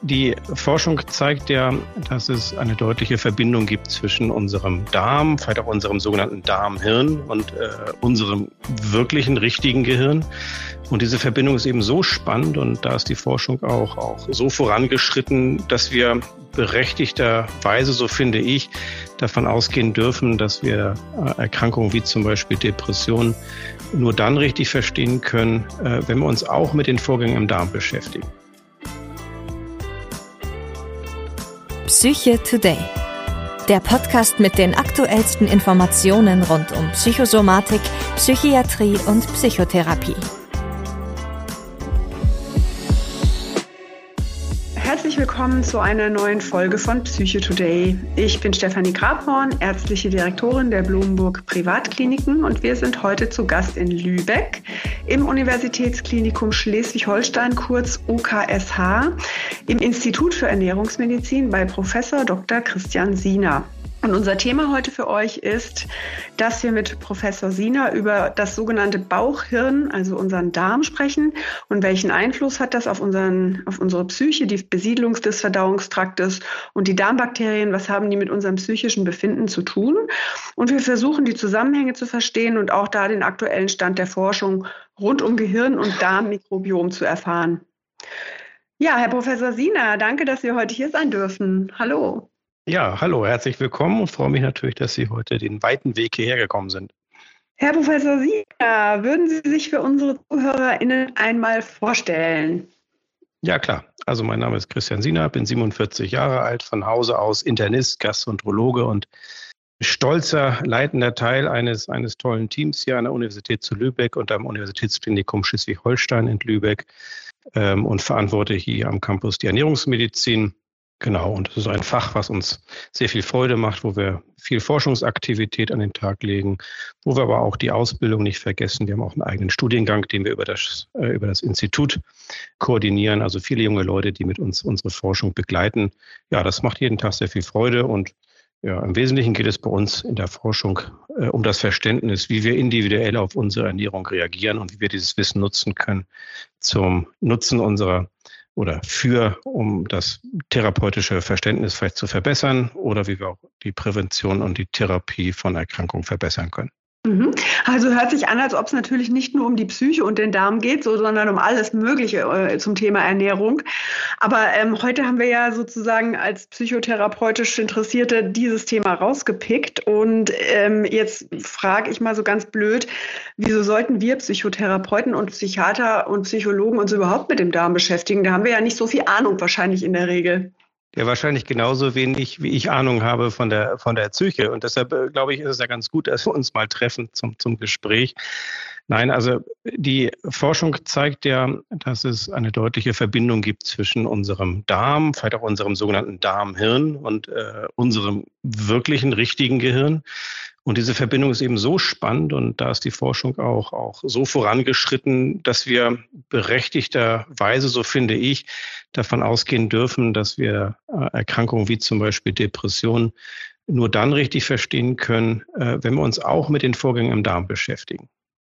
Die Forschung zeigt ja, dass es eine deutliche Verbindung gibt zwischen unserem Darm, vielleicht auch unserem sogenannten Darm-Hirn und unserem wirklichen, richtigen Gehirn. Und diese Verbindung ist eben so spannend und da ist die Forschung auch so vorangeschritten, dass wir berechtigterweise, so finde ich, davon ausgehen dürfen, dass wir Erkrankungen wie zum Beispiel Depressionen nur dann richtig verstehen können, wenn wir uns auch mit den Vorgängen im Darm beschäftigen. Psyche Today, der Podcast mit den aktuellsten Informationen rund um Psychosomatik, Psychiatrie und Psychotherapie. Herzlich willkommen zu einer neuen Folge von Psyche Today. Ich bin Stefanie Grabhorn, ärztliche Direktorin der Blomburg Privatkliniken und wir sind heute zu Gast in Lübeck im Universitätsklinikum Schleswig-Holstein, kurz UKSH, im Institut für Ernährungsmedizin bei Professor Dr. Christian Siener. Und unser Thema heute für euch ist, dass wir mit Professor Siener über das sogenannte Bauchhirn, also unseren Darm, sprechen und welchen Einfluss hat das auf unsere Psyche, die Besiedlung des Verdauungstraktes und die Darmbakterien, was haben die mit unserem psychischen Befinden zu tun? Und wir versuchen, die Zusammenhänge zu verstehen und auch da den aktuellen Stand der Forschung rund um Gehirn und Darmmikrobiom zu erfahren. Ja, Herr Professor Siener, danke, dass wir heute hier sein dürfen. Hallo. Ja, hallo, herzlich willkommen und freue mich natürlich, dass Sie heute den weiten Weg hierher gekommen sind. Herr Professor Siener, würden Sie sich für unsere ZuhörerInnen einmal vorstellen? Ja, klar. Also mein Name ist Christian Siener, bin 47 Jahre alt, von Hause aus Internist, Gastroenterologe und stolzer leitender Teil eines tollen Teams hier an der Universität zu Lübeck und am Universitätsklinikum Schleswig-Holstein in Lübeck und verantworte hier am Campus die Ernährungsmedizin. Genau, und das ist ein Fach, was uns sehr viel Freude macht, wo wir viel Forschungsaktivität an den Tag legen, wo wir aber auch die Ausbildung nicht vergessen. Wir haben auch einen eigenen Studiengang, den wir über das Institut koordinieren. Also viele junge Leute, die mit uns unsere Forschung begleiten. Ja, das macht jeden Tag sehr viel Freude und ja, im Wesentlichen geht es bei uns in der Forschung um das Verständnis, wie wir individuell auf unsere Ernährung reagieren und wie wir dieses Wissen nutzen können zum Nutzen um das therapeutische Verständnis vielleicht zu verbessern oder wie wir auch die Prävention und die Therapie von Erkrankungen verbessern können. Also hört sich an, als ob es natürlich nicht nur um die Psyche und den Darm geht, sondern um alles Mögliche zum Thema Ernährung. Aber heute haben wir ja sozusagen als psychotherapeutisch Interessierte dieses Thema rausgepickt. Und jetzt frage ich mal so ganz blöd, wieso sollten wir Psychotherapeuten und Psychiater und Psychologen uns überhaupt mit dem Darm beschäftigen? Da haben wir ja nicht so viel Ahnung wahrscheinlich in der Regel. Ja, wahrscheinlich genauso wenig, wie ich Ahnung habe von der Psyche. Und deshalb, glaube ich, ist es ja ganz gut, dass wir uns mal treffen zum Gespräch. Nein, also die Forschung zeigt ja, dass es eine deutliche Verbindung gibt zwischen unserem Darm, vielleicht auch unserem sogenannten Darm-Hirn und unserem wirklichen, richtigen Gehirn. Und diese Verbindung ist eben so spannend und da ist die Forschung auch so vorangeschritten, dass wir berechtigterweise, so finde ich, davon ausgehen dürfen, dass wir Erkrankungen wie zum Beispiel Depressionen nur dann richtig verstehen können, wenn wir uns auch mit den Vorgängen im Darm beschäftigen.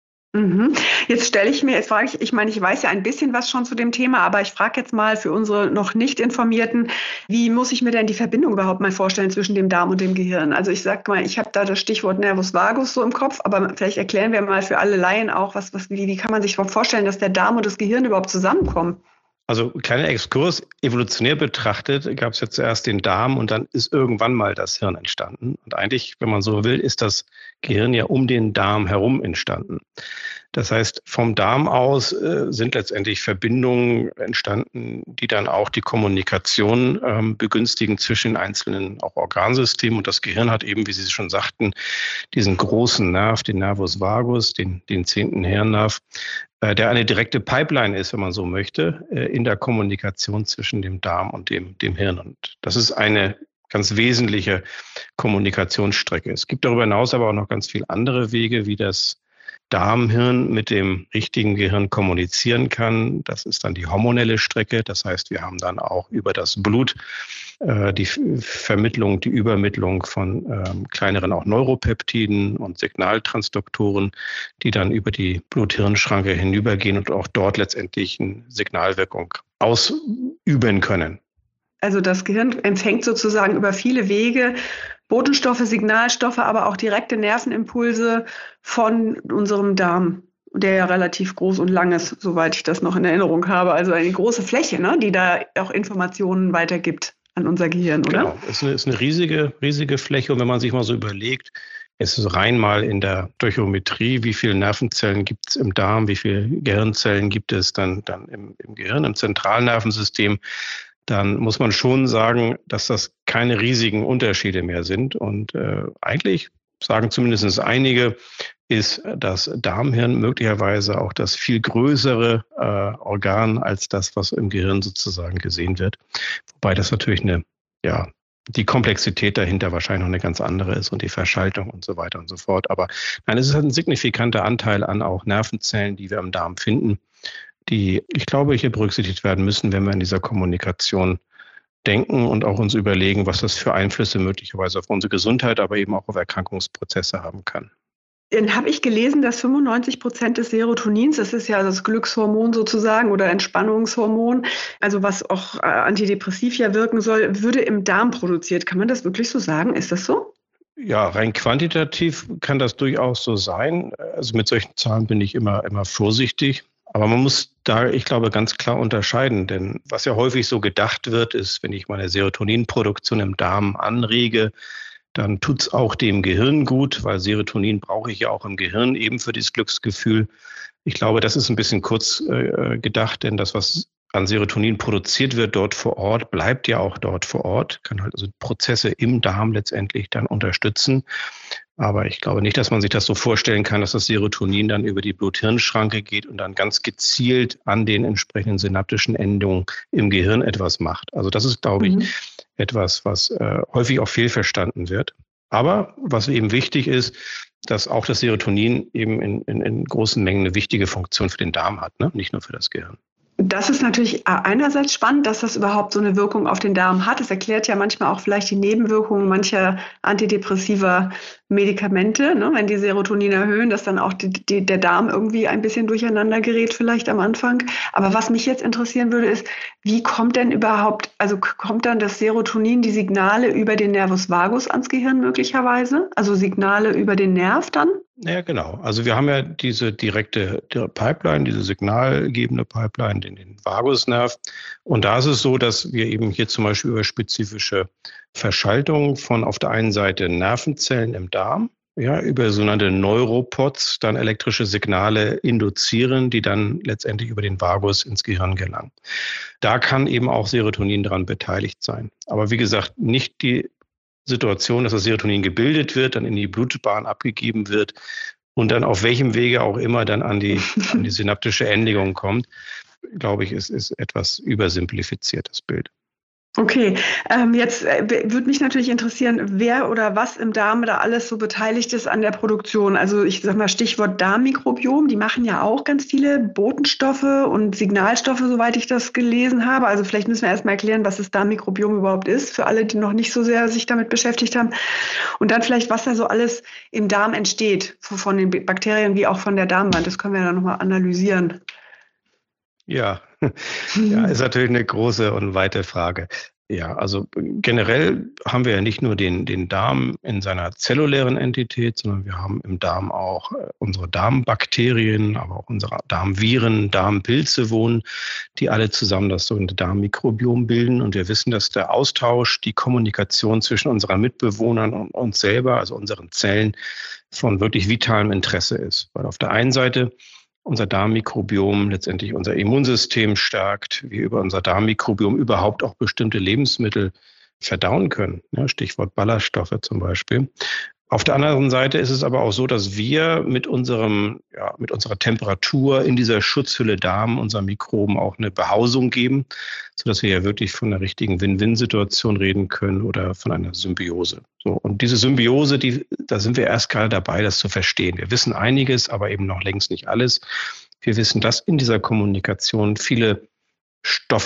Jetzt frage ich meine, ich weiß ja ein bisschen was schon zu dem Thema, aber ich frage jetzt mal für unsere noch nicht Informierten, wie muss ich mir denn die Verbindung überhaupt mal vorstellen zwischen dem Darm und dem Gehirn? Also ich sag mal, ich habe da das Stichwort Nervus vagus so im Kopf, aber vielleicht erklären wir mal für alle Laien auch, wie kann man sich vorstellen, dass der Darm und das Gehirn überhaupt zusammenkommen? Also kleiner Exkurs, evolutionär betrachtet gab es ja zuerst den Darm und dann ist irgendwann mal das Hirn entstanden. Und eigentlich, wenn man so will, ist das Gehirn ja um den Darm herum entstanden. Das heißt, vom Darm aus sind letztendlich Verbindungen entstanden, die dann auch die Kommunikation begünstigen zwischen einzelnen auch Organsystemen. Und das Gehirn hat eben, wie Sie schon sagten, diesen großen Nerv, den Nervus vagus, den 10. Hirnnerv, der eine direkte Pipeline ist, wenn man so möchte, in der Kommunikation zwischen dem Darm und dem Hirn. Und das ist eine ganz wesentliche Kommunikationsstrecke. Es gibt darüber hinaus aber auch noch ganz viele andere Wege, wie das Darmhirn mit dem richtigen Gehirn kommunizieren kann. Das ist dann die hormonelle Strecke. Das heißt, wir haben dann auch über das Blut die Vermittlung, die Übermittlung von kleineren auch Neuropeptiden und Signaltransduktoren, die dann über die Blut-Hirn-Schranke hinübergehen und auch dort letztendlich eine Signalwirkung ausüben können. Also das Gehirn empfängt sozusagen über viele Wege Botenstoffe, Signalstoffe, aber auch direkte Nervenimpulse von unserem Darm, der ja relativ groß und lang ist, soweit ich das noch in Erinnerung habe. Also eine große Fläche, ne, die da auch Informationen weitergibt an unser Gehirn, oder? Genau, es ist eine riesige Fläche. Und wenn man sich mal so überlegt, es ist rein mal in der Stöchiometrie, wie viele Nervenzellen gibt es im Darm, wie viele Gehirnzellen gibt es dann im Gehirn, im Zentralnervensystem, dann muss man schon sagen, dass das keine riesigen Unterschiede mehr sind. Und eigentlich sagen zumindest einige, ist das Darmhirn möglicherweise auch das viel größere Organ als das, was im Gehirn sozusagen gesehen wird. Wobei das natürlich die Komplexität dahinter wahrscheinlich noch eine ganz andere ist und die Verschaltung und so weiter und so fort. Aber nein, es ist halt ein signifikanter Anteil an auch Nervenzellen, die wir im Darm finden, die, ich glaube, hier berücksichtigt werden müssen, wenn wir in dieser Kommunikation denken und auch uns überlegen, was das für Einflüsse möglicherweise auf unsere Gesundheit, aber eben auch auf Erkrankungsprozesse haben kann. Dann habe ich gelesen, dass 95% des Serotonins, das ist ja das Glückshormon sozusagen oder Entspannungshormon, also was auch antidepressiv ja wirken soll, würde im Darm produziert. Kann man das wirklich so sagen? Ist das so? Ja, rein quantitativ kann das durchaus so sein. Also mit solchen Zahlen bin ich immer vorsichtig. Aber man muss da, ich glaube, ganz klar unterscheiden. Denn was ja häufig so gedacht wird, ist, wenn ich meine Serotoninproduktion im Darm anrege, dann tut's auch dem Gehirn gut, weil Serotonin brauche ich ja auch im Gehirn eben für dieses Glücksgefühl. Ich glaube, das ist ein bisschen kurz gedacht, denn das, was an Serotonin produziert wird dort vor Ort, bleibt ja auch dort vor Ort, kann halt also Prozesse im Darm letztendlich dann unterstützen. Aber ich glaube nicht, dass man sich das so vorstellen kann, dass das Serotonin dann über die Blut-Hirn-Schranke geht und dann ganz gezielt an den entsprechenden synaptischen Endungen im Gehirn etwas macht. Also das ist, glaube ich, etwas, was häufig auch fehlverstanden wird. Aber was eben wichtig ist, dass auch das Serotonin eben in großen Mengen eine wichtige Funktion für den Darm hat, ne? Nicht nur für das Gehirn. Das ist natürlich einerseits spannend, dass das überhaupt so eine Wirkung auf den Darm hat. Es erklärt ja manchmal auch vielleicht die Nebenwirkungen mancher antidepressiver Medikamente, ne? Wenn die Serotonin erhöhen, dass dann auch der Darm irgendwie ein bisschen durcheinander gerät vielleicht am Anfang. Aber was mich jetzt interessieren würde, ist, wie kommt denn überhaupt, also kommt dann das Serotonin, die Signale über den Nervus vagus ans Gehirn möglicherweise? Also Signale über den Nerv dann? Ja, genau. Also wir haben ja diese direkte Pipeline, diese signalgebende Pipeline, den Vagusnerv. Und da ist es so, dass wir eben hier zum Beispiel über spezifische Verschaltung von auf der einen Seite Nervenzellen im Darm, ja, über sogenannte Neuropods dann elektrische Signale induzieren, die dann letztendlich über den Vagus ins Gehirn gelangen. Da kann eben auch Serotonin daran beteiligt sein. Aber wie gesagt, nicht die Situation, dass das Serotonin gebildet wird, dann in die Blutbahn abgegeben wird und dann auf welchem Wege auch immer dann an die synaptische Endigung kommt, glaube ich, ist etwas übersimplifiziert, das Bild. Okay, jetzt würde mich natürlich interessieren, wer oder was im Darm da alles so beteiligt ist an der Produktion. Also ich sag mal Stichwort Darmmikrobiom, die machen ja auch ganz viele Botenstoffe und Signalstoffe, soweit ich das gelesen habe. Also vielleicht müssen wir erstmal erklären, was das Darmmikrobiom überhaupt ist, für alle, die noch nicht so sehr sich damit beschäftigt haben. Und dann vielleicht, was da so alles im Darm entsteht, von den Bakterien wie auch von der Darmwand. Das können wir dann nochmal analysieren. Ja, ist natürlich eine große und weite Frage. Ja, also generell haben wir ja nicht nur den Darm in seiner zellulären Entität, sondern wir haben im Darm auch unsere Darmbakterien, aber auch unsere Darmviren, Darmpilze wohnen, die alle zusammen das sogenannte Darmmikrobiom bilden. Und wir wissen, dass der Austausch, die Kommunikation zwischen unseren Mitbewohnern und uns selber, also unseren Zellen, von wirklich vitalem Interesse ist. Weil auf der einen Seite unser Darmmikrobiom letztendlich unser Immunsystem stärkt, wir über unser Darmmikrobiom überhaupt auch bestimmte Lebensmittel verdauen können. Ja, Stichwort Ballaststoffe zum Beispiel. Auf der anderen Seite ist es aber auch so, dass wir mit unserer Temperatur in dieser Schutzhülle Darm unseren Mikroben auch eine Behausung geben, sodass wir ja wirklich von einer richtigen Win-Win-Situation reden können oder von einer Symbiose. So, und diese Symbiose, da sind wir erst gerade dabei, das zu verstehen. Wir wissen einiges, aber eben noch längst nicht alles. Wir wissen, dass in dieser Kommunikation viele Stoffe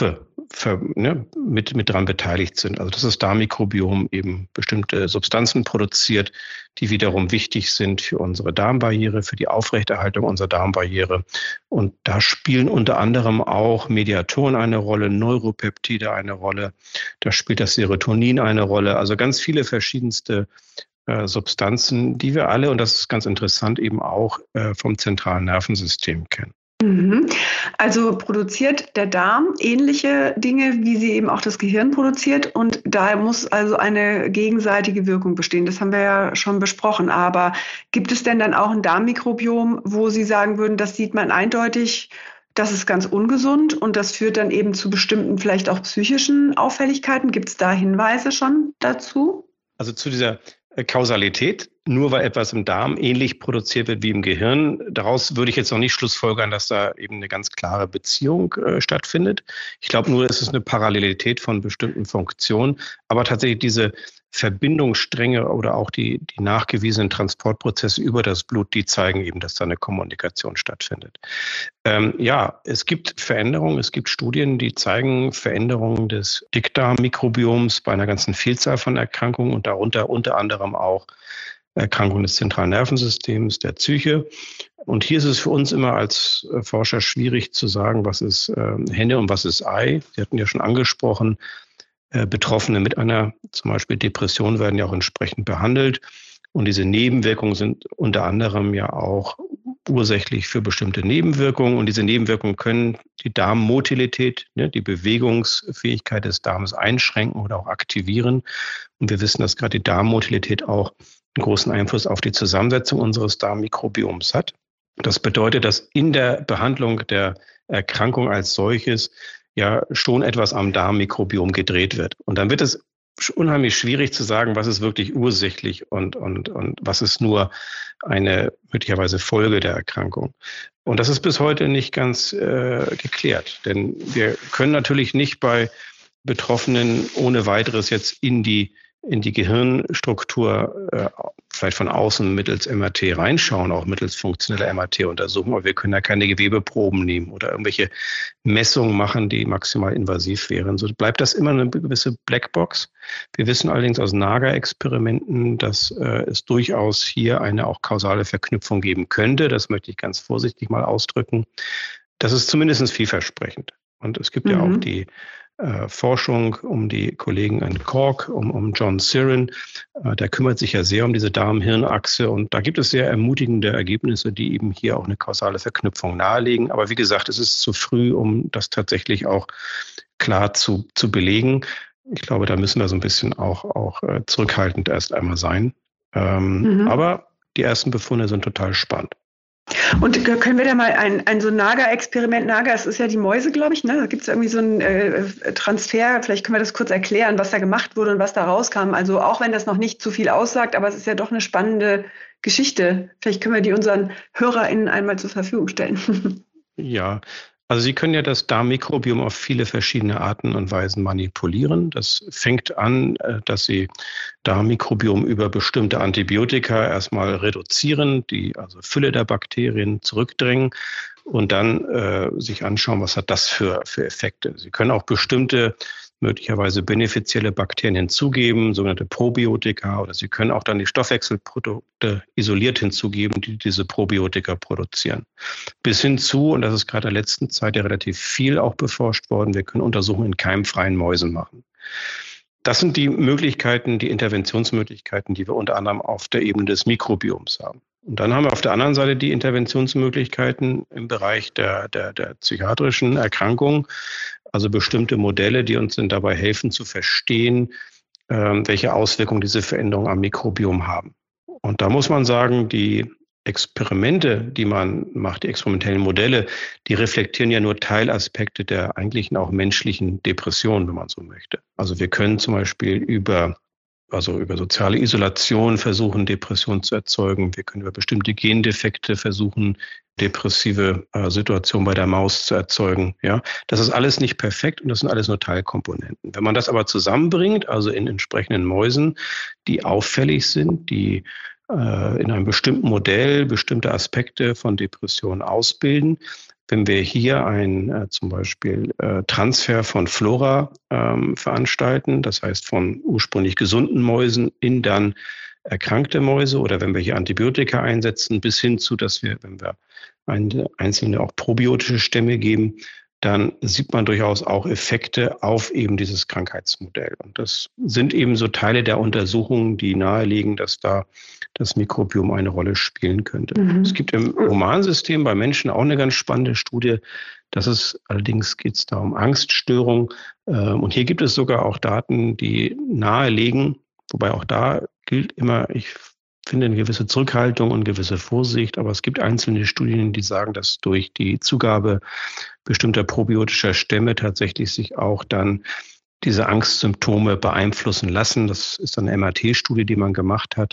mit dran beteiligt sind. Also dass das Darmmikrobiom eben bestimmte Substanzen produziert, die wiederum wichtig sind für unsere Darmbarriere, für die Aufrechterhaltung unserer Darmbarriere. Und da spielen unter anderem auch Mediatoren eine Rolle, Neuropeptide eine Rolle, da spielt das Serotonin eine Rolle. Also ganz viele verschiedenste Substanzen, die wir alle, und das ist ganz interessant, eben auch vom zentralen Nervensystem kennen. Also produziert der Darm ähnliche Dinge, wie sie eben auch das Gehirn produziert, und da muss also eine gegenseitige Wirkung bestehen. Das haben wir ja schon besprochen. Aber gibt es denn dann auch ein Darmmikrobiom, wo Sie sagen würden, das sieht man eindeutig, das ist ganz ungesund und das führt dann eben zu bestimmten, vielleicht auch psychischen Auffälligkeiten? Gibt es da Hinweise schon dazu? Also zu dieser Kausalität, nur weil etwas im Darm ähnlich produziert wird wie im Gehirn, daraus würde ich jetzt noch nicht schlussfolgern, dass da eben eine ganz klare Beziehung stattfindet. Ich glaube nur, es ist eine Parallelität von bestimmten Funktionen, aber tatsächlich diese Verbindungsstränge oder auch die nachgewiesenen Transportprozesse über das Blut, die zeigen eben, dass da eine Kommunikation stattfindet. Es gibt Veränderungen, es gibt Studien, die zeigen Veränderungen des Dickdarmmikrobioms bei einer ganzen Vielzahl von Erkrankungen und darunter unter anderem auch Erkrankungen des zentralen Nervensystems, der Psyche. Und hier ist es für uns immer als Forscher schwierig zu sagen, was ist Henne und was ist Ei. Sie hatten ja schon angesprochen, Betroffene mit einer zum Beispiel Depression werden ja auch entsprechend behandelt. Und diese Nebenwirkungen sind unter anderem ja auch ursächlich für bestimmte Nebenwirkungen. Und diese Nebenwirkungen können die Darmmotilität, die Bewegungsfähigkeit des Darms einschränken oder auch aktivieren. Und wir wissen, dass gerade die Darmmotilität auch einen großen Einfluss auf die Zusammensetzung unseres Darmmikrobioms hat. Das bedeutet, dass in der Behandlung der Erkrankung als solches ja schon etwas am Darmmikrobiom gedreht wird. Und dann wird es unheimlich schwierig zu sagen, was ist wirklich ursächlich und was ist nur eine möglicherweise Folge der Erkrankung. Und das ist bis heute nicht ganz geklärt. Denn wir können natürlich nicht bei Betroffenen ohne weiteres jetzt in die Gehirnstruktur vielleicht von außen mittels MRT reinschauen, auch mittels funktioneller MRT-Untersuchung. Aber wir können ja keine Gewebeproben nehmen oder irgendwelche Messungen machen, die maximal invasiv wären. So bleibt das immer eine gewisse Blackbox. Wir wissen allerdings aus Nager-Experimenten, dass es durchaus hier eine auch kausale Verknüpfung geben könnte. Das möchte ich ganz vorsichtig mal ausdrücken. Das ist zumindest vielversprechend. Und es gibt ja auch die Forschung um die Kollegen in Cork, um John Siren. Der kümmert sich ja sehr um diese Darm-Hirn-Achse und da gibt es sehr ermutigende Ergebnisse, die eben hier auch eine kausale Verknüpfung nahelegen. Aber wie gesagt, es ist zu früh, um das tatsächlich auch klar zu belegen. Ich glaube, da müssen wir so ein bisschen auch zurückhaltend erst einmal sein. Aber die ersten Befunde sind total spannend. Und können wir da mal ein so Nager-Experiment, Nager, es ist ja die Mäuse, glaube ich, ne? Da gibt es irgendwie so einen Transfer, vielleicht können wir das kurz erklären, was da gemacht wurde und was da rauskam. Also auch wenn das noch nicht zu viel aussagt, aber es ist ja doch eine spannende Geschichte. Vielleicht können wir die unseren HörerInnen einmal zur Verfügung stellen. Ja, also Sie können ja das Darmmikrobiom auf viele verschiedene Arten und Weisen manipulieren. Das fängt an, dass Sie Darmmikrobiom über bestimmte Antibiotika erstmal reduzieren, die also Fülle der Bakterien zurückdrängen und dann sich anschauen, was hat das für Effekte. Sie können auch bestimmte möglicherweise benefizielle Bakterien hinzugeben, sogenannte Probiotika, oder Sie können auch dann die Stoffwechselprodukte isoliert hinzugeben, die diese Probiotika produzieren. Bis hin zu, und das ist gerade in der letzten Zeit ja relativ viel auch beforscht worden, wir können Untersuchungen in keimfreien Mäusen machen. Das sind die Möglichkeiten, die Interventionsmöglichkeiten, die wir unter anderem auf der Ebene des Mikrobioms haben. Und dann haben wir auf der anderen Seite die Interventionsmöglichkeiten im Bereich der psychiatrischen Erkrankungen, also bestimmte Modelle, die uns dann dabei helfen zu verstehen, welche Auswirkungen diese Veränderungen am Mikrobiom haben. Und da muss man sagen, die Experimente, die man macht, die experimentellen Modelle, die reflektieren ja nur Teilaspekte der eigentlichen auch menschlichen Depression, wenn man so möchte. Also wir können zum Beispiel über soziale Isolation versuchen, Depression zu erzeugen. Wir können über bestimmte Gendefekte versuchen, depressive Situation bei der Maus zu erzeugen. Ja, das ist alles nicht perfekt und das sind alles nur Teilkomponenten. Wenn man das aber zusammenbringt, also in entsprechenden Mäusen, die auffällig sind, die in einem bestimmten Modell bestimmte Aspekte von Depressionen ausbilden, wenn wir hier zum Beispiel Transfer von Flora veranstalten, das heißt von ursprünglich gesunden Mäusen in dann erkrankte Mäuse, oder wenn wir hier Antibiotika einsetzen, bis hin zu, dass wir, wenn wir einzelne auch probiotische Stämme geben, dann sieht man durchaus auch Effekte auf eben dieses Krankheitsmodell. Und das sind eben so Teile der Untersuchungen, die nahelegen, dass da das Mikrobiom eine Rolle spielen könnte. Es gibt im Humansystem bei Menschen auch eine ganz spannende Studie. Allerdings geht es da um Angststörung. Und hier gibt es sogar auch Daten, die nahelegen, wobei auch da gilt immer, ich finde eine gewisse Zurückhaltung und gewisse Vorsicht, aber es gibt einzelne Studien, die sagen, dass durch die Zugabe bestimmter probiotischer Stämme tatsächlich sich auch dann diese Angstsymptome beeinflussen lassen. Das ist eine MRT-Studie, die man gemacht hat.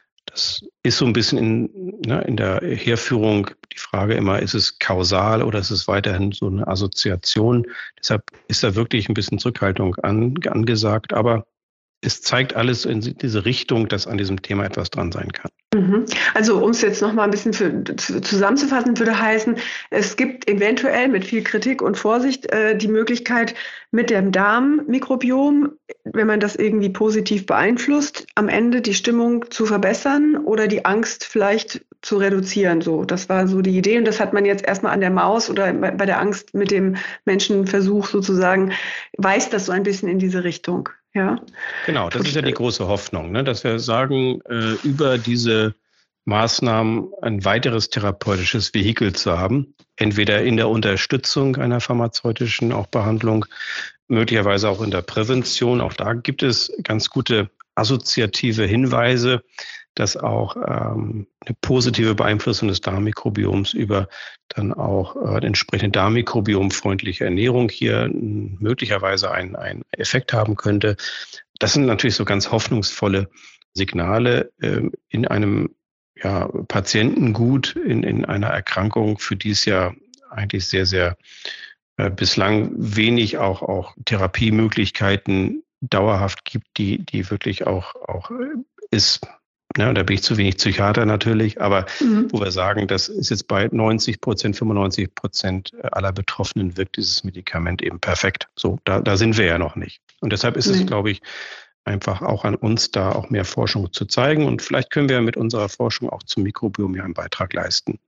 Das ist so ein bisschen in der Herführung die Frage immer, ist es kausal oder ist es weiterhin so eine Assoziation? Deshalb ist da wirklich ein bisschen Zurückhaltung angesagt, aber es zeigt alles in diese Richtung, dass an diesem Thema etwas dran sein kann. Also um es jetzt noch mal ein bisschen zusammenzufassen, würde heißen, es gibt eventuell mit viel Kritik und Vorsicht die Möglichkeit, mit dem Darmmikrobiom, wenn man das irgendwie positiv beeinflusst, am Ende die Stimmung zu verbessern oder die Angst vielleicht zu reduzieren. So, das war so die Idee, und das hat man jetzt erstmal an der Maus oder bei der Angst mit dem Menschenversuch sozusagen, weist das so ein bisschen in diese Richtung. Ja. Genau, das ist ja die große Hoffnung, ne, dass wir sagen, über diese Maßnahmen ein weiteres therapeutisches Vehikel zu haben, entweder in der Unterstützung einer pharmazeutischen auch Behandlung, möglicherweise auch in der Prävention. Auch da gibt es ganz gute assoziative Hinweise, dass auch eine positive Beeinflussung des Darmmikrobioms über dann auch entsprechende darmmikrobiomfreundliche Ernährung hier möglicherweise einen Effekt haben könnte. Das sind natürlich so ganz hoffnungsvolle Signale in einem Patientengut, in einer Erkrankung, für die es ja eigentlich sehr, sehr bislang wenig auch Therapiemöglichkeiten dauerhaft gibt, die wirklich auch ist. Ja, da bin ich zu wenig Psychiater natürlich, aber wo wir sagen, das ist jetzt bei 90%, 95% aller Betroffenen wirkt dieses Medikament eben perfekt. So, da sind wir ja noch nicht. Und deshalb ist es, glaube ich, einfach auch an uns, da auch mehr Forschung zu zeigen. Und vielleicht können wir mit unserer Forschung auch zum Mikrobiom ja einen Beitrag leisten.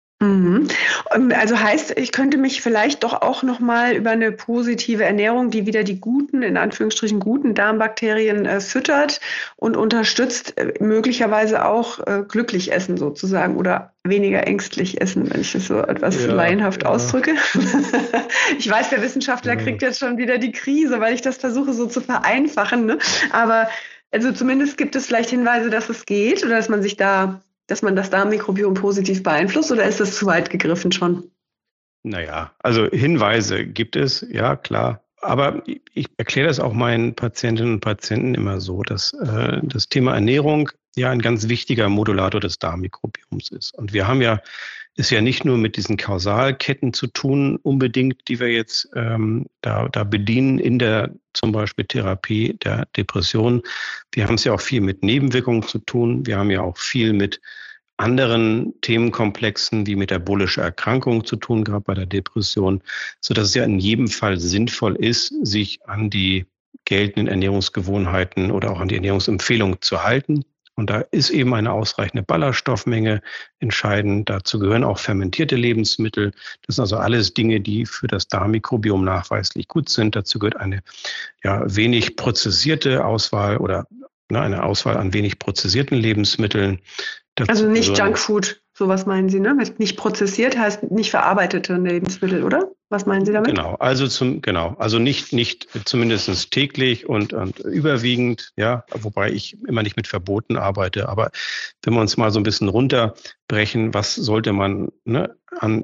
Also heißt, ich könnte mich vielleicht doch auch nochmal über eine positive Ernährung, die wieder die guten, in Anführungsstrichen guten Darmbakterien füttert und unterstützt, möglicherweise auch glücklich essen sozusagen oder weniger ängstlich essen, wenn ich das so etwas laienhaft ausdrücke. Ich weiß, der Wissenschaftler kriegt jetzt schon wieder die Krise, weil ich das versuche so zu vereinfachen. Ne? Aber also zumindest gibt es vielleicht Hinweise, dass es geht oder dass man das Darmmikrobiom positiv beeinflusst, oder ist das zu weit gegriffen schon? Naja, also Hinweise gibt es, ja klar. Aber ich erkläre das auch meinen Patientinnen und Patienten immer so, dass das Thema Ernährung ja ein ganz wichtiger Modulator des Darmmikrobioms ist. Und wir haben ist ja nicht nur mit diesen Kausalketten zu tun, unbedingt, die wir jetzt da bedienen in der zum Beispiel Therapie der Depression. Wir haben es ja auch viel mit Nebenwirkungen zu tun. Wir haben ja auch viel mit anderen Themenkomplexen wie metabolische Erkrankungen zu tun, gerade bei der Depression, sodass es ja in jedem Fall sinnvoll ist, sich an die geltenden Ernährungsgewohnheiten oder auch an die Ernährungsempfehlungen zu halten. Und da ist eben eine ausreichende Ballaststoffmenge entscheidend. Dazu gehören auch fermentierte Lebensmittel. Das sind also alles Dinge, die für das Darmmikrobiom nachweislich gut sind. Dazu gehört eine wenig prozessierte Auswahl oder eine Auswahl an wenig prozessierten Lebensmitteln. Also nicht Junkfood, sowas meinen Sie, ne? Nicht prozessiert heißt nicht verarbeitete Lebensmittel, oder? Was meinen Sie damit? Genau, also nicht zumindest täglich und überwiegend, ja, wobei ich immer nicht mit Verboten arbeite. Aber wenn wir uns mal so ein bisschen runterbrechen, was sollte man an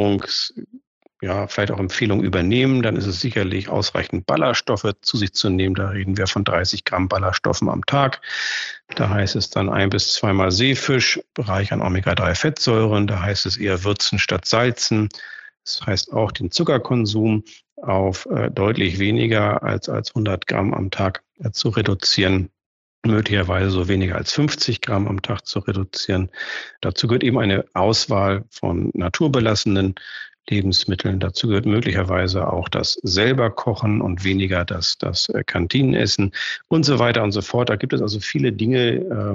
vielleicht auch Empfehlungen übernehmen, dann ist es sicherlich ausreichend Ballaststoffe zu sich zu nehmen. Da reden wir von 30 Gramm Ballaststoffen am Tag. Da heißt es dann 1 bis 2 Mal Seefisch, reich an Omega-3-Fettsäuren. Da heißt es eher würzen statt salzen. Das heißt auch den Zuckerkonsum auf deutlich weniger als 100 Gramm am Tag zu reduzieren. Möglicherweise so weniger als 50 Gramm am Tag zu reduzieren. Dazu gehört eben eine Auswahl von naturbelassenen Lebensmitteln. Dazu gehört möglicherweise auch das selber Kochen und weniger das Kantinenessen und so weiter und so fort. Da gibt es also viele Dinge,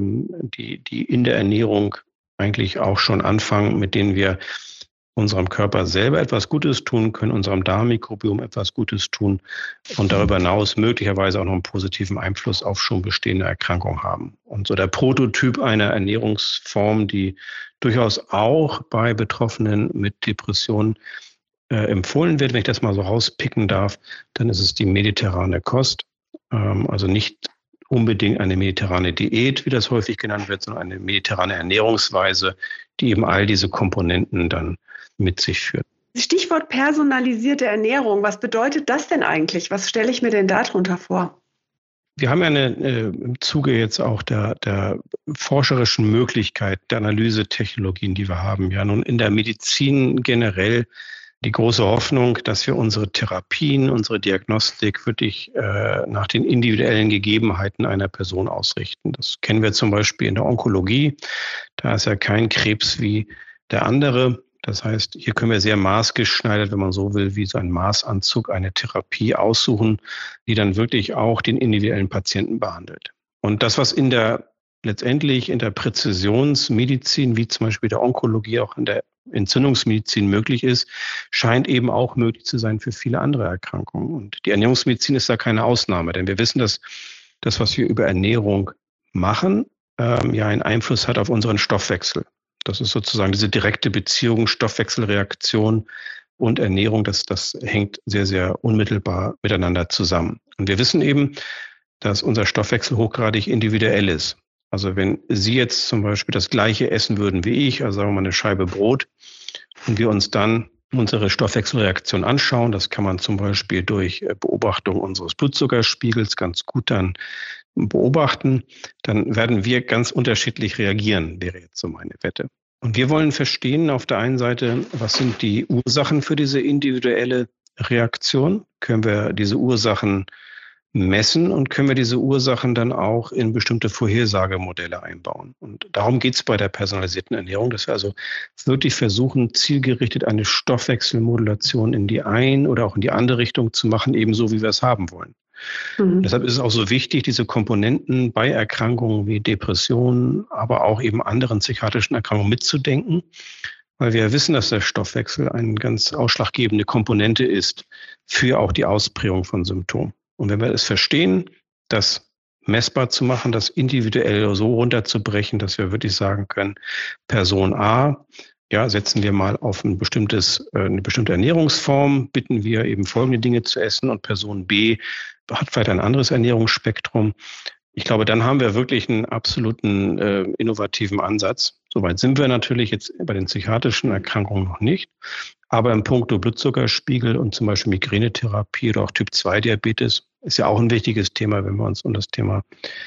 die in der Ernährung eigentlich auch schon anfangen, mit denen wir unserem Körper selber etwas Gutes tun können, unserem Darmmikrobiom etwas Gutes tun und darüber hinaus möglicherweise auch noch einen positiven Einfluss auf schon bestehende Erkrankungen haben. Und so der Prototyp einer Ernährungsform, die durchaus auch bei Betroffenen mit Depressionen empfohlen wird, wenn ich das mal so rauspicken darf, dann ist es die mediterrane Kost. Also nicht unbedingt eine mediterrane Diät, wie das häufig genannt wird, sondern eine mediterrane Ernährungsweise, die eben all diese Komponenten dann mit sich führt. Stichwort personalisierte Ernährung. Was bedeutet das denn eigentlich? Was stelle ich mir denn darunter vor? Wir haben ja im Zuge jetzt auch der forscherischen Möglichkeit der Analysetechnologien, die wir haben, ja nun in der Medizin generell die große Hoffnung, dass wir unsere Therapien, unsere Diagnostik wirklich nach den individuellen Gegebenheiten einer Person ausrichten. Das kennen wir zum Beispiel in der Onkologie. Da ist ja kein Krebs wie der andere. Das heißt, hier können wir sehr maßgeschneidert, wenn man so will, wie so ein Maßanzug eine Therapie aussuchen, die dann wirklich auch den individuellen Patienten behandelt. Und das, was letztendlich in der Präzisionsmedizin, wie zum Beispiel der Onkologie, auch in der Entzündungsmedizin möglich ist, scheint eben auch möglich zu sein für viele andere Erkrankungen. Und die Ernährungsmedizin ist da keine Ausnahme, denn wir wissen, dass das, was wir über Ernährung machen, ja einen Einfluss hat auf unseren Stoffwechsel. Das ist sozusagen diese direkte Beziehung, Stoffwechselreaktion und Ernährung, das hängt sehr, sehr unmittelbar miteinander zusammen. Und wir wissen eben, dass unser Stoffwechsel hochgradig individuell ist. Also wenn Sie jetzt zum Beispiel das Gleiche essen würden wie ich, also sagen wir mal eine Scheibe Brot, und wir uns dann unsere Stoffwechselreaktion anschauen, das kann man zum Beispiel durch Beobachtung unseres Blutzuckerspiegels ganz gut dann beobachten, dann werden wir ganz unterschiedlich reagieren, wäre jetzt so meine Wette. Und wir wollen verstehen auf der einen Seite, was sind die Ursachen für diese individuelle Reaktion? Können wir diese Ursachen messen und können wir diese Ursachen dann auch in bestimmte Vorhersagemodelle einbauen? Und darum geht es bei der personalisierten Ernährung, dass wir also wirklich versuchen, zielgerichtet eine Stoffwechselmodulation in die eine oder auch in die andere Richtung zu machen, ebenso wie wir es haben wollen. Deshalb ist es auch so wichtig, diese Komponenten bei Erkrankungen wie Depressionen, aber auch eben anderen psychiatrischen Erkrankungen mitzudenken, weil wir wissen, dass der Stoffwechsel eine ganz ausschlaggebende Komponente ist für auch die Ausprägung von Symptomen. Und wenn wir es verstehen, das messbar zu machen, das individuell so runterzubrechen, dass wir wirklich sagen können, Person A, ja, setzen wir mal auf eine bestimmte Ernährungsform, bitten wir eben folgende Dinge zu essen und Person B hat vielleicht ein anderes Ernährungsspektrum. Ich glaube, dann haben wir wirklich einen absoluten innovativen Ansatz. Soweit sind wir natürlich jetzt bei den psychiatrischen Erkrankungen noch nicht. Aber im Punkto Blutzuckerspiegel und zum Beispiel Migränetherapie oder auch Typ-2-Diabetes ist ja auch ein wichtiges Thema, wenn wir uns um das Thema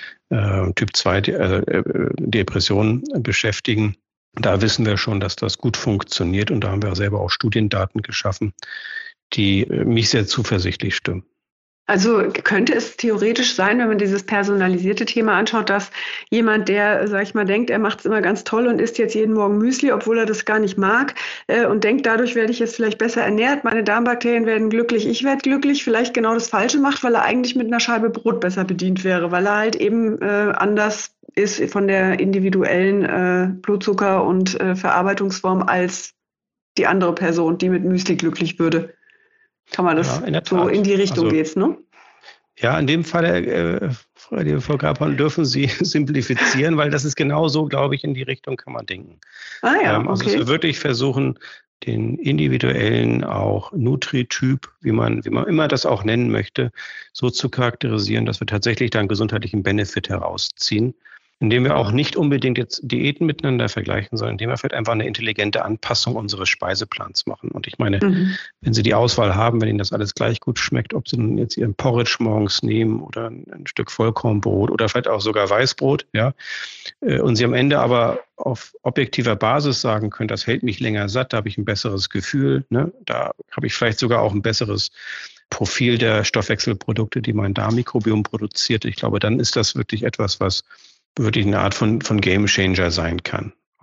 Typ-2-Depression beschäftigen. Da wissen wir schon, dass das gut funktioniert und da haben wir selber auch Studiendaten geschaffen, die mich sehr zuversichtlich stimmen. Also könnte es theoretisch sein, wenn man dieses personalisierte Thema anschaut, dass jemand, der, sag ich mal, denkt, er macht es immer ganz toll und isst jetzt jeden Morgen Müsli, obwohl er das gar nicht mag und denkt, dadurch werde ich jetzt vielleicht besser ernährt, meine Darmbakterien werden glücklich, ich werde glücklich, vielleicht genau das Falsche macht, weil er eigentlich mit einer Scheibe Brot besser bedient wäre, weil er halt eben anders ist von der individuellen Blutzucker- und Verarbeitungsform als die andere Person, die mit Müsli glücklich würde. Kann man das so in die Richtung geht's, ne? Ja, in dem Fall, Frau Grabhorn, dürfen Sie simplifizieren, weil das ist genau so, glaube ich, in die Richtung kann man denken. Ah ja, okay. Also dass wir wirklich versuchen, den individuellen auch Nutrityp, wie man immer das auch nennen möchte, so zu charakterisieren, dass wir tatsächlich da einen gesundheitlichen Benefit herausziehen, indem wir auch nicht unbedingt jetzt Diäten miteinander vergleichen, sondern indem wir vielleicht einfach eine intelligente Anpassung unseres Speiseplans machen. Und ich meine, wenn Sie die Auswahl haben, wenn Ihnen das alles gleich gut schmeckt, ob Sie nun jetzt Ihren Porridge morgens nehmen oder ein Stück Vollkornbrot oder vielleicht auch sogar Weißbrot, ja, und Sie am Ende aber auf objektiver Basis sagen können, das hält mich länger satt, da habe ich ein besseres Gefühl, ne, da habe ich vielleicht sogar auch ein besseres Profil der Stoffwechselprodukte, die mein Darmmikrobiom produziert. Ich glaube, dann ist das wirklich etwas, was wirklich eine Art von Game Changer sein kann.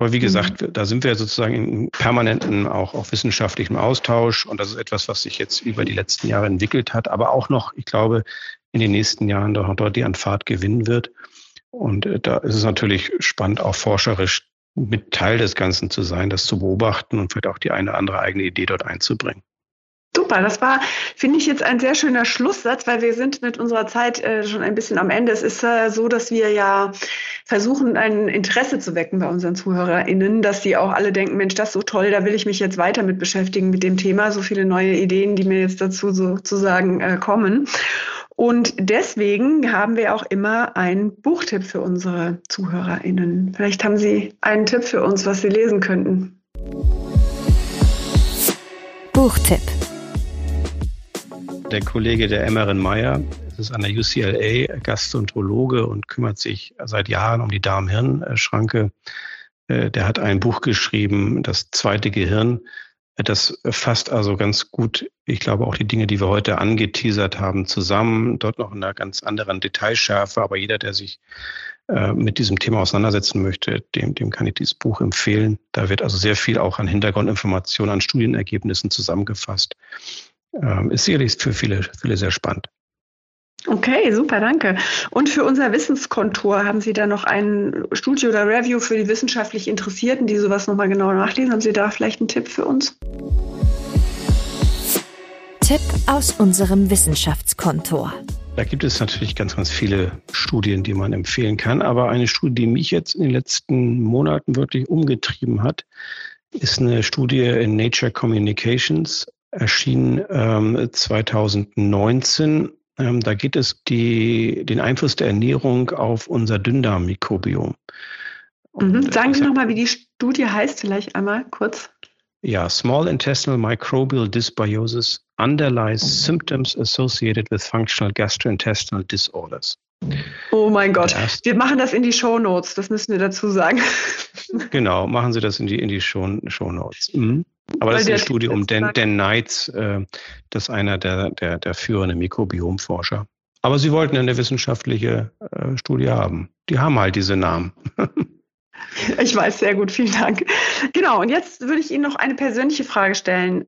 Aber wie gesagt, da sind wir sozusagen in permanenten, auch wissenschaftlichem Austausch. Und das ist etwas, was sich jetzt über die letzten Jahre entwickelt hat, aber auch noch, ich glaube, in den nächsten Jahren doch deutlich an Fahrt gewinnen wird. Und da ist es natürlich spannend, auch forscherisch mit Teil des Ganzen zu sein, das zu beobachten und vielleicht auch die eine oder andere eigene Idee dort einzubringen. Super, das war, finde ich, jetzt ein sehr schöner Schlusssatz, weil wir sind mit unserer Zeit schon ein bisschen am Ende. Es ist so, dass wir ja versuchen, ein Interesse zu wecken bei unseren ZuhörerInnen, dass die auch alle denken, Mensch, das ist so toll, da will ich mich jetzt weiter mit beschäftigen mit dem Thema. So viele neue Ideen, die mir jetzt dazu sozusagen kommen. Und deswegen haben wir auch immer einen Buchtipp für unsere ZuhörerInnen. Vielleicht haben Sie einen Tipp für uns, was Sie lesen könnten. Buchtipp. Der Kollege, der Emmerin Meyer, ist an der UCLA Gastroenterologe und kümmert sich seit Jahren um die Darm-Hirn-Schranke. Der hat ein Buch geschrieben, Das zweite Gehirn. Das fasst also ganz gut, ich glaube, auch die Dinge, die wir heute angeteasert haben, zusammen. Dort noch in einer ganz anderen Detailschärfe. Aber jeder, der sich mit diesem Thema auseinandersetzen möchte, dem kann ich dieses Buch empfehlen. Da wird also sehr viel auch an Hintergrundinformationen, an Studienergebnissen zusammengefasst. Ist sicherlich für viele sehr spannend. Okay, super, danke. Und für unser Wissenskontor, haben Sie da noch ein Studie oder Review für die wissenschaftlich Interessierten, die sowas nochmal genauer nachlesen? Haben Sie da vielleicht einen Tipp für uns? Tipp aus unserem Wissenschaftskontor. Da gibt es natürlich ganz viele Studien, die man empfehlen kann. Aber eine Studie, die mich jetzt in den letzten Monaten wirklich umgetrieben hat, ist eine Studie in Nature Communications, erschienen 2019. Da geht es den Einfluss der Ernährung auf unser Dünndarmmikrobiom. Sagen Sie nochmal, wie die Studie heißt, vielleicht einmal kurz. Ja, Small Intestinal Microbial Dysbiosis Underlies Symptoms Associated with Functional Gastrointestinal Disorders. Oh mein Gott, wir machen das in die Shownotes, das müssen wir dazu sagen. Genau, machen Sie das in die Shownotes. Aber das ist eine Studie um Dan Knights, das ist einer der führenden Mikrobiomforscher. Aber Sie wollten eine wissenschaftliche Studie haben. Die haben halt diese Namen. Ich weiß, sehr gut, vielen Dank. Genau, und jetzt würde ich Ihnen noch eine persönliche Frage stellen.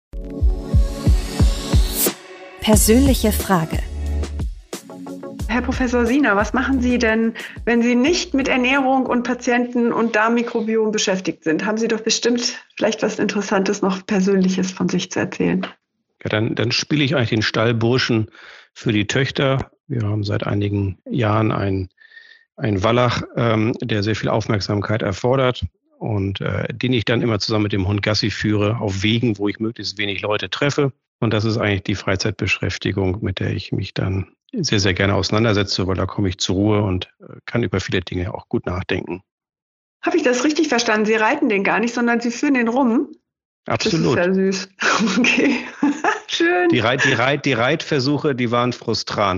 Persönliche Frage. Herr Professor Sina, was machen Sie denn, wenn Sie nicht mit Ernährung und Patienten und Darmmikrobiom beschäftigt sind? Haben Sie doch bestimmt vielleicht was Interessantes, noch Persönliches von sich zu erzählen. Ja, dann spiele ich eigentlich den Stallburschen für die Töchter. Wir haben seit einigen Jahren einen Wallach, der sehr viel Aufmerksamkeit erfordert und den ich dann immer zusammen mit dem Hund Gassi führe auf Wegen, wo ich möglichst wenig Leute treffe. Und das ist eigentlich die Freizeitbeschäftigung, mit der ich mich dann sehr, sehr gerne auseinandersetze, weil da komme ich zur Ruhe und kann über viele Dinge auch gut nachdenken. Habe ich das richtig verstanden? Sie reiten den gar nicht, sondern Sie führen den rum? Absolut. Das ist ja süß. Okay, schön. Die Reitversuche, die waren frustran.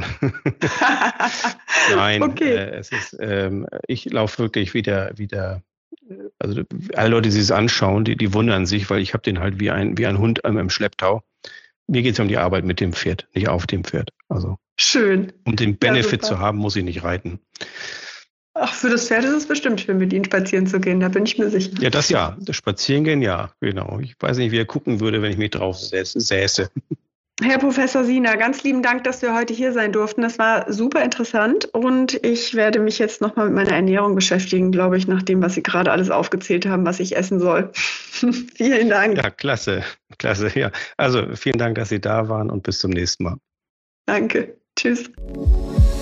Nein, okay. Ich laufe wirklich wieder. Also alle Leute, die es anschauen, die wundern sich, weil ich habe den halt wie ein Hund im Schlepptau. Mir geht es um die Arbeit mit dem Pferd, nicht auf dem Pferd. Also schön. Um den Benefit zu haben, muss ich nicht reiten. Ach, für das Pferd ist es bestimmt schön, mit Ihnen spazieren zu gehen, da bin ich mir sicher. Ja, das Spazierengehen, ja, genau. Ich weiß nicht, wie er gucken würde, wenn ich mich drauf säße. Herr Professor Sina, ganz lieben Dank, dass wir heute hier sein durften. Das war super interessant und ich werde mich jetzt nochmal mit meiner Ernährung beschäftigen, glaube ich, nach dem, was Sie gerade alles aufgezählt haben, was ich essen soll. Vielen Dank. Ja, klasse, ja. Also vielen Dank, dass Sie da waren und bis zum nächsten Mal. Danke. Tschüss.